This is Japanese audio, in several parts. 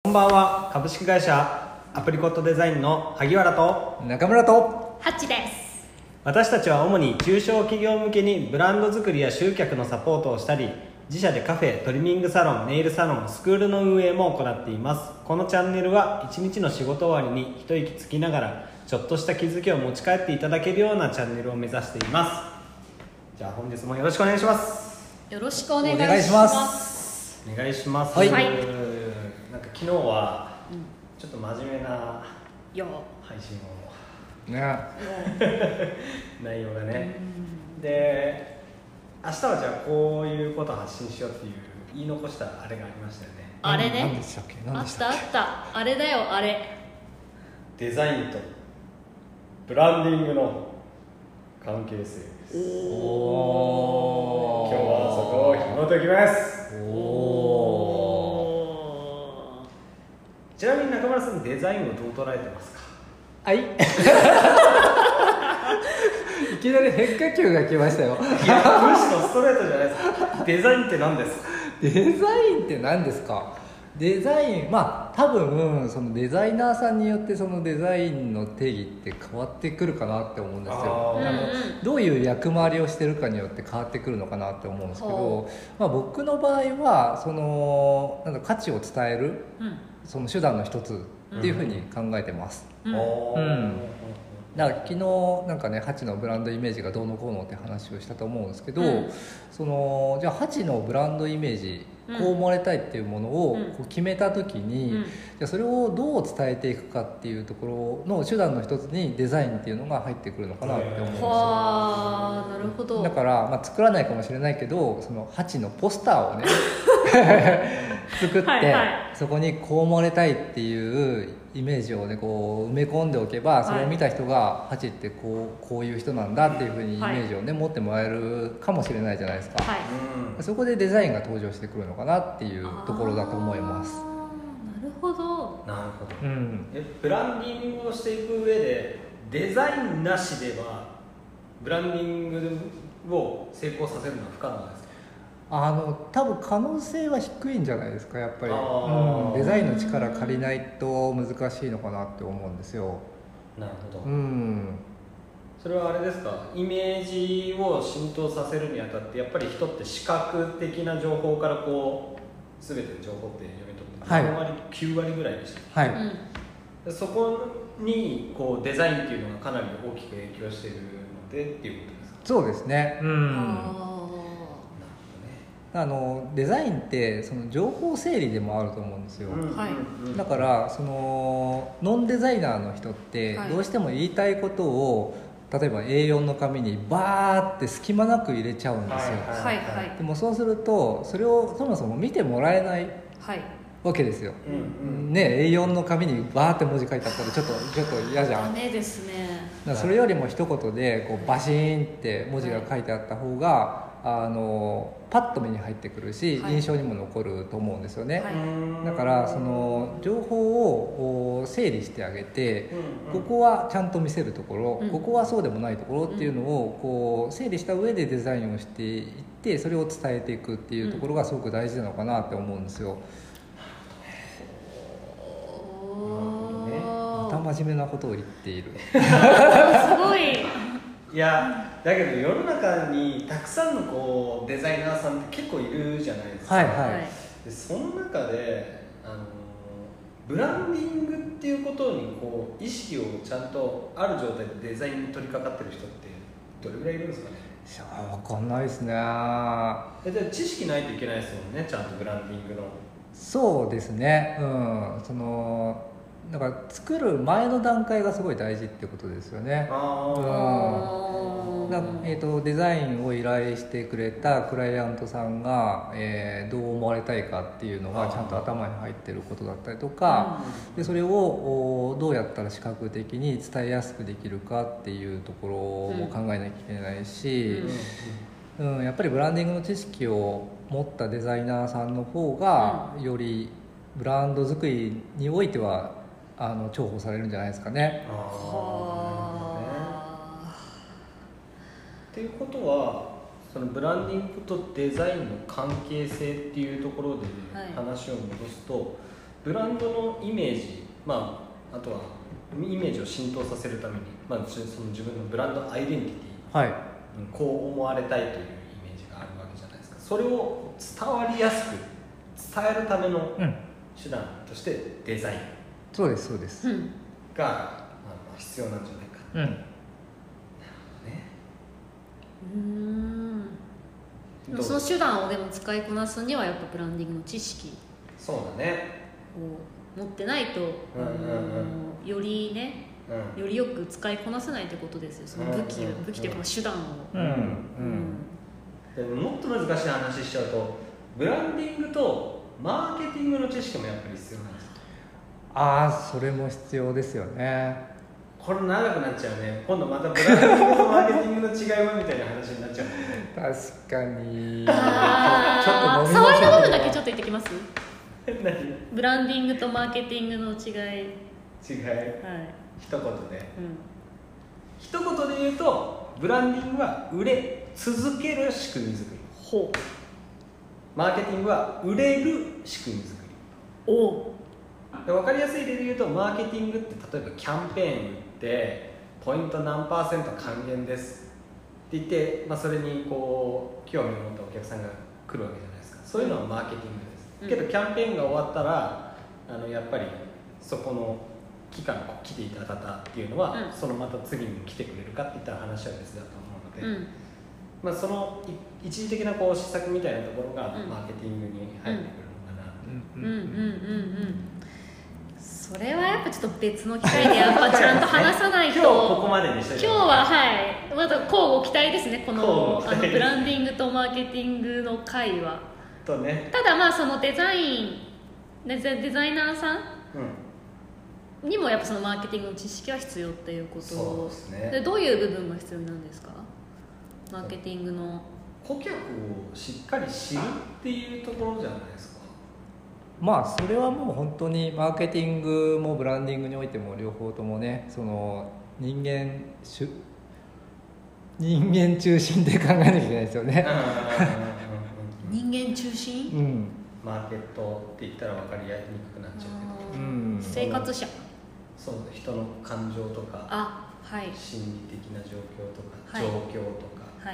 こんばんは。株式会社アプリコットデザインの萩原と中村とハッチです。 私たちは主に中小企業向けにブランド作りや集客のサポートをしたり、自社でカフェ、トリミングサロン、ネイルサロン、スクールの運営も行っています。このチャンネルは一日の仕事終わりに一息つきながらちょっとした気づきを持ち帰っていただけるようなチャンネルを目指しています。じゃあ本日もよろしくお願いします。 よろしくお願いしお願いしま。 ますお願いします。 はい、 なんか昨日はちょっと真面目なよ配信をね、 内容がね、で明日はじゃあこういうことを発信しようっていう言い残したあれがありましたよね。 あれね。 何でしたっけ？ あっ何でしたっけ？ たあった。あれだよあれ。 デザインとブランディングの関係性です。今日おー、 はそこを紐解きます。 おちなみに中村さん、デザインをどう捉えてますか？ はい。いきなり変化球が来ましたよ。 いや、むしろストレートじゃないですか。デザインって何ですか？ デザインって何ですか？デザイン、まあ多分そのデザイナーさんによってそのデザインの定義って変わってくるかなって思うんですよ。どういう役回りをしてるかによって変わってくるのかなって思うんですけど、まあ、僕の場合はそのなんか価値を伝える、その手段の一つっていうふうに考えてます。だから昨日なんかね、ハチのブランドイメージがどうのこうのって話をしたと思うんですけど、そのじゃあハチのブランドイメージ、こう思われたいっていうものをこう決めた時に、じゃあそれをどう伝えていくかっていうところの手段の一つにデザインっていうのが入ってくるのかなって思うんですよ。 はあ、なるほど。 だから、まあ、作らないかもしれないけど、そのハチのポスターをね作って、 はいはい、 そこにこう思われたいっていうイメージをねこう埋め込んでおけば、それを見た人がハチってこういう人なんだっていうふうにイメージをね、持ってもらえるかもしれないじゃないですか、そこでデザインが登場してくるのかなっていうところだと思います。 なるほど。 なるほど、 ブブランディングをしていく上でデザインなしではブランディングを成功させるのは不可能ですか？ 多分可能性は低いんじゃないですか、やっぱり、デザインの力借りないと難しいのかなって思うんですよ。 なるほど、それはあれですか、イメージを浸透させるにあたってやっぱり人って視覚的な情報からこう全ての情報って読み取って7割、9割ぐらいでした、でそこにこうデザインっていうのがかなり大きく影響しているのでっていうことですか？ そうですね、デザインってその情報整理でもあると思うんですよ、だからそのノンデザイナーの人ってどうしても言いたいことを例えば A4 の紙にバーって隙間なく入れちゃうんですよ、でもそうするとそれをそもそも見てもらえないわけですよ、A4 の紙にバーって文字書いてあったらちょっと嫌じゃん。 ダメですね。 だからそれよりも一言でこうバシーンって文字が書いてあった方がパッと目に入ってくるし、印象にも残ると思うんですよね、だからその情報を整理してあげて、ここはちゃんと見せるところ、ここはそうでもないところっていうのをこう整理した上でデザインをしていって、それを伝えていくっていうところがすごく大事なのかなって思うんですよ。また真面目なことを言っているすごい。 いやだけど世の中にたくさんのこうデザイナーさんって結構いるじゃないですか、でその中でブランディングっていうことにこう意識をちゃんとある状態でデザインに取り掛かってる人ってどれぐらいいるんですかね？ いや分かんないですね。 知識ないといけないですもんね、ちゃんとブランディングの。 そうですね、そのだから作る前の段階がすごい大事ってことですよね。デザインを依頼してくれたクライアントさんが、どう思われたいかっていうのがちゃんと頭に入ってることだったりとか、でそれをどうやったら視覚的に伝えやすくできるかっていうところも考えなきゃいけないし、やっぱりブランディングの知識を持ったデザイナーさんの方がよりブランド作りにおいては重宝されるんじゃないですかね。 っていうことはそのブランディングとデザインの関係性っていうところで話を戻すと、ブブランドのイメージ、まあ、あとはイメージを浸透させるために、まあ、その自分のブランドアイデンティティ、 はい、 こう思われたいというイメージがあるわけじゃないですか。それを伝わりやすく伝えるための手段としてデザイン、 そうですそうです、 が必要なんじゃないか。 でもその手段をでも使いこなすにはやっぱブランディングの知識そうだねを持ってないと、よりね、よりよく使いこなせないってことですよ。その武器というか手段を。 でももっと難しい話しちゃうと、ブランディングとマーケティングの知識もやっぱり必要なんですよ。 ああ、それも必要ですよね。 これ長くなっちゃうね。今度またブランディングとマーケティングの違いはみたいな話になっちゃうね。 確かに。 ああ、触りの部分だけちょっと言ってきます。 何？ ブランディングとマーケティングの違い。 違い。はい。一言で。一言で言うと、ブランディングは売れ続ける仕組み作り。 ほう。 マーケティングは売れる仕組み作り。 お。 分かりやすい例で言うと、マーケティングって例えばキャンペーン打ってポイント何%還元ですって言って、それにこう興味を持ったお客さんが来るわけじゃないですか。そういうのはマーケティングです、けどキャンペーンが終わったらやっぱりそこの期間来ていた方っていうのは、そのまた次に来てくれるかっていったら話は別だと思うので、その一時的なこう施策みたいなところがマーケティングに入ってくるのかな。 それはやっぱちょっと別の機会でやっぱちゃんと話さないと。 今日ここまでにして今日はまだ交互期待ですね。このブランディングとマーケティングの会はとね。 ただそのデザイナーさんにもやっぱそのマーケティングの知識は必要っていうこと。 そうですね。 でどういう部分が必要なんですか？マーケティングの顧客をしっかり知るっていうところじゃないですか。 それはもう本当にマーケティングもブランディングにおいても両方ともね、その人間中心で考えなきゃいけないですよね。 人間中心、 マーケットって言ったら分かりにくくなっちゃうけど、 生活者、 そう、人の感情とか、心理的な状況とか、状況とか、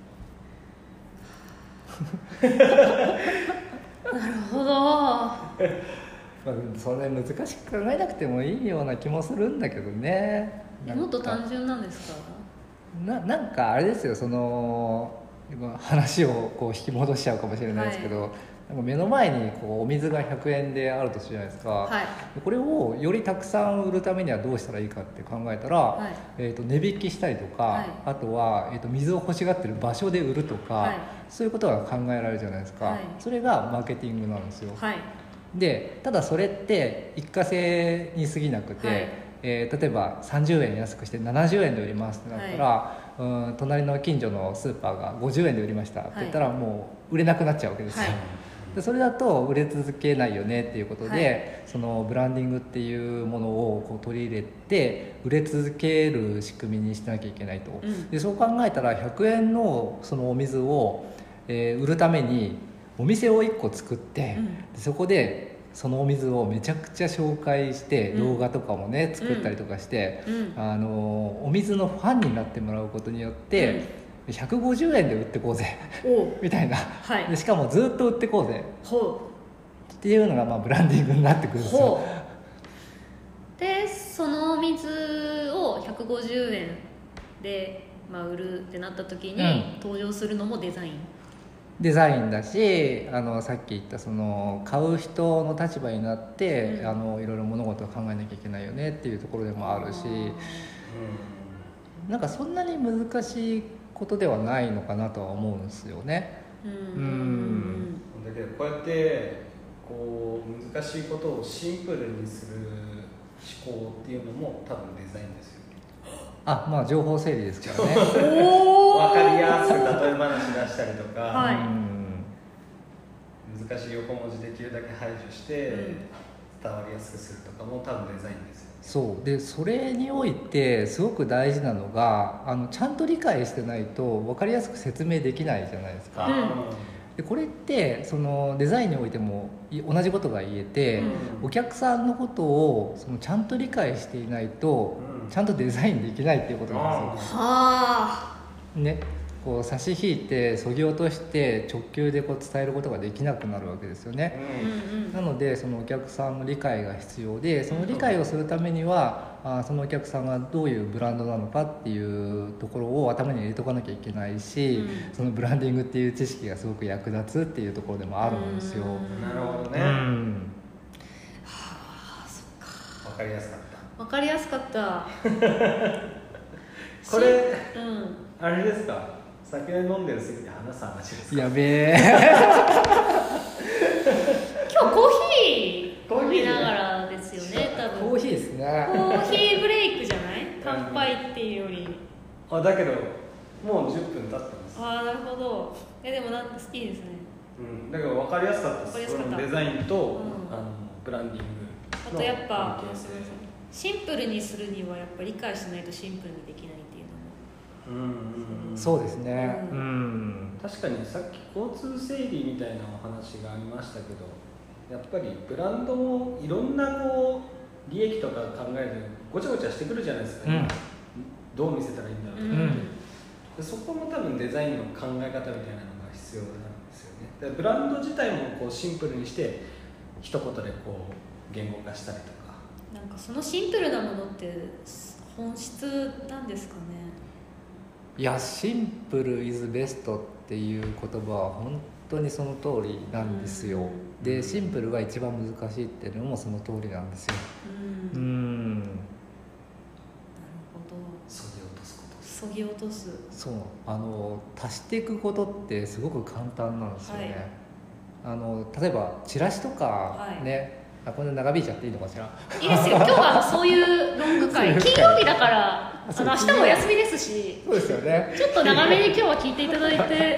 なるほど。 そんなに難しく考えなくてもいいような気もするんだけどね。 もっと単純なんですか？ なんかあれですよ、その話をこう引き戻しちゃうかもしれないですけど、なんか目の前にこうお水が100円であるとするじゃないですか、これをよりたくさん売るためにはどうしたらいいかって考えたら、値引きしたりとか、あとは、水を欲しがってる場所で売るとか、そういうことが考えられるじゃないですか、それがマーケティングなんですよ、でただそれって一過性に過ぎなくて、例えば30円安くして70円で売りますってなったら、隣の近所のスーパーが50円で売りましたって言ったらもう売れなくなっちゃうわけですよ、でそれだと売れ続けないよねっていうことで、そのブランディングっていうものをこう取り入れて売れ続ける仕組みにしなきゃいけないと、でそう考えたら100円のそのお水を、売るためにお店を1個作って、そこでそのお水をめちゃくちゃ紹介して、動画とかもね作ったりとかして、お水のファンになってもらうことによって、150円で売ってこうぜみたいな、でしかもずっと売ってこうぜっていうのがブランディングになってくるんですよ。 でそのお水を150円で、売るってなった時に、登場するのもデザインだし、さっき言ったその買う人の立場になって、いろいろ物事を考えなきゃいけないよねっていうところでもあるし、なんかそんなに難しいことではないのかなとは思うんですよね。 だけどこうやってこう難しいことをシンプルにする思考っていうのも多分デザインですよ。 情報整理ですからね。 分かりやすく例え話出したりとか、難しい横文字できるだけ排除して伝わりやすくするとかも多分デザインですよ。 そうで、それにおいてすごく大事なのがちゃんと理解してないと分かりやすく説明できないじゃないですか。 でこれってそのデザインにおいても同じことが言えて、お客さんのことをそのちゃんと理解していないと、ちゃんとデザインできないっていうことなんですよ。ね、こう差し引いて削ぎ落として直球でこう伝えることができなくなるわけですよね。なのでそのお客さんの理解が必要で、その理解をするためにはそのお客さんがどういうブランドなのかっていうところを頭に入れとかなきゃいけないし、そのブランディングっていう知識がすごく役立つっていうところでもあるんですよ。 なるほどね。そっか。わかりやすかった。 わかりやすかった。 これ、あれですか、酒飲んでるすぎて話す話ですか。 やべえ。 今日コーヒー飲みながらですよね、多分。 コーヒーですね。 コーヒーブレイクじゃない？乾杯っていうより。 だけどもう10分経ってます。 なるほど。でもなんかいいですね。 だから分かりやすかったです。デザインと、ブランディングあとやっぱシンプルにするにはやっぱ理解しないとシンプルにできないっていうのも。 そうですね。 確かにさっき交通整理みたいなお話がありましたけど、やっぱりブランドもいろんなこう利益とか考えてごちゃごちゃしてくるじゃないですか、どう見せたらいいんだろうとか、そこも多分デザインの考え方みたいなのが必要なんですよね。でブランド自体もこうシンプルにして一言でこう言語化したりとか、 なんかそのシンプルなものって本質なんですかね。 いや、シンプルイズベストっていう言葉は本当にその通りなんですよ。でシンプルが一番難しいっていうのもその通りなんですよ。なるほど。 削ぎ落とすこと。 削ぎ落とす。 そう、足していくことってすごく簡単なんですよね。例えばチラシとかね、これ長引いちゃっていいのかしら。 いいですよ。今日はそういうロング会、金曜日だから明日もお休みですし。 そうですよね。 ちょっと長めに今日は聞いていただいて。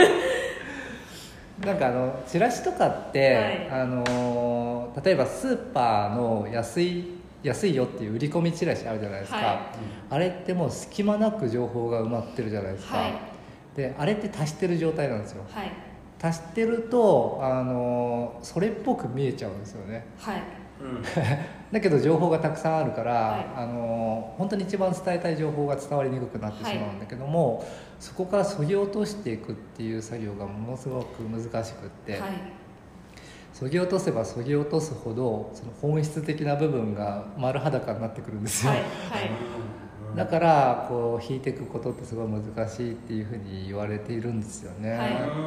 なんかチラシとかって、例えばスーパーの安いよっていう売り込みチラシあるじゃないですか、あれってもう隙間なく情報が埋まってるじゃないですか、であれって足してる状態なんですよ、足してるとそれっぽく見えちゃうんですよね、だけど情報がたくさんあるから、本当に一番伝えたい情報が伝わりにくくなってしまうんだけども、そこから削ぎ落としていくっていう作業がものすごく難しくって、削ぎ落とせば削ぎ落とすほどその本質的な部分が丸裸になってくるんですよ、だからこう引いていくことってすごい難しいっていうふうに言われているんですよね、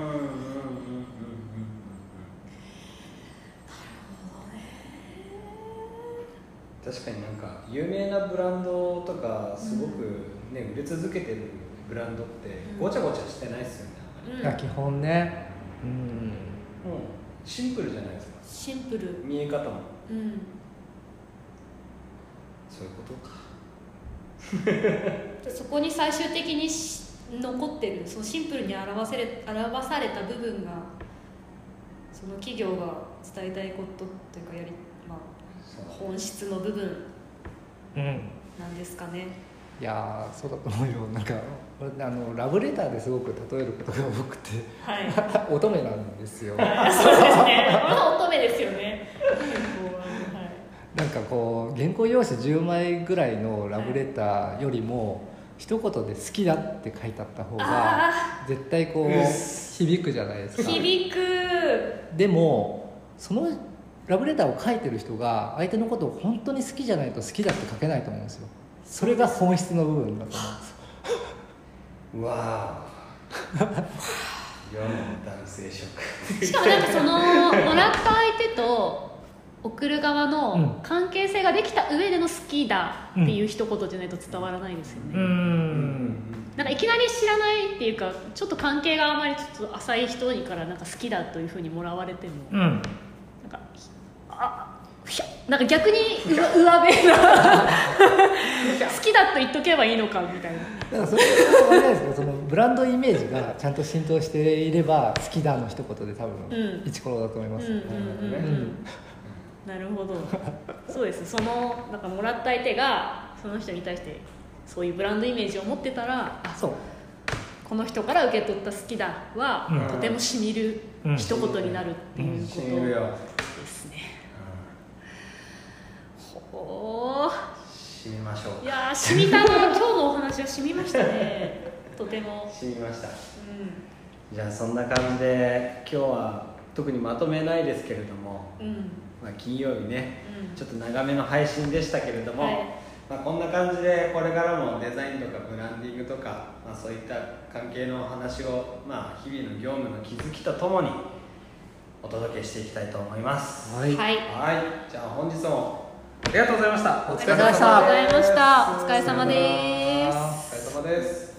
確かになんか有名なブランドとかすごくね、売れ続けてるブランドってごちゃごちゃしてないですよね、 基本ね、 もうシンプルじゃないですか。 シンプル、 見え方も、そういうことか。 そこに最終的に残ってる、そのシンプルに表された部分がその企業が伝えたいことというか本質の部分なんですかね。 いやそうだと思うよ。なんかラブレターですごく例えることが多くて、乙女なんですよ。 そうですね。乙女ですよね。 なんかこう原稿用紙10枚ぐらいのラブレターよりも、一言で好きだって書いてあった方が絶対こう響くじゃないですか。 響く。 でもそのラブレターを書いてる人が相手のことを本当に好きじゃないと好きだって書けないと思うんですよ。それが本質の部分だと思うんですよ。 わー世の男性色。 しかもなんかそのもらった相手と送る側の関係性ができた上での好きだっていう一言じゃないと伝わらないですよね。なんかいきなり知らないっていうか、ちょっと関係があまりちょっと浅い人にからなんか好きだというふうにもらわれても、なんかなんか逆に上辺な好きだと言っとけばいいのかみたいな。 だからそれはあれですけど、そのブランドイメージがちゃんと浸透していれば好きだの一言で多分一コロだと思います。 なるほど。そうです。そのなんかもらった相手がその人に対してそういうブランドイメージを持ってたら、 そうこの人から受け取った「好きだ」は、とてもしみる一言になるっていうことですね。ほう、 しみましょう。 いやー、しみたな。今日のお話はしみましたね。とてもしみました。じゃあそんな感じで今日は特にまとめないですけれども、まあ、金曜日ね、ちょっと長めの配信でしたけれども、まあ、こんな感じでこれからもデザインとかブランディングとか、まあ、そういった関係の話を、まあ、日々の業務の気づきとともにお届けしていきたいと思います。 はい、 じゃあ本日もありがとうございました。 お疲れ様でした。お疲れ様です。 お疲れ様です。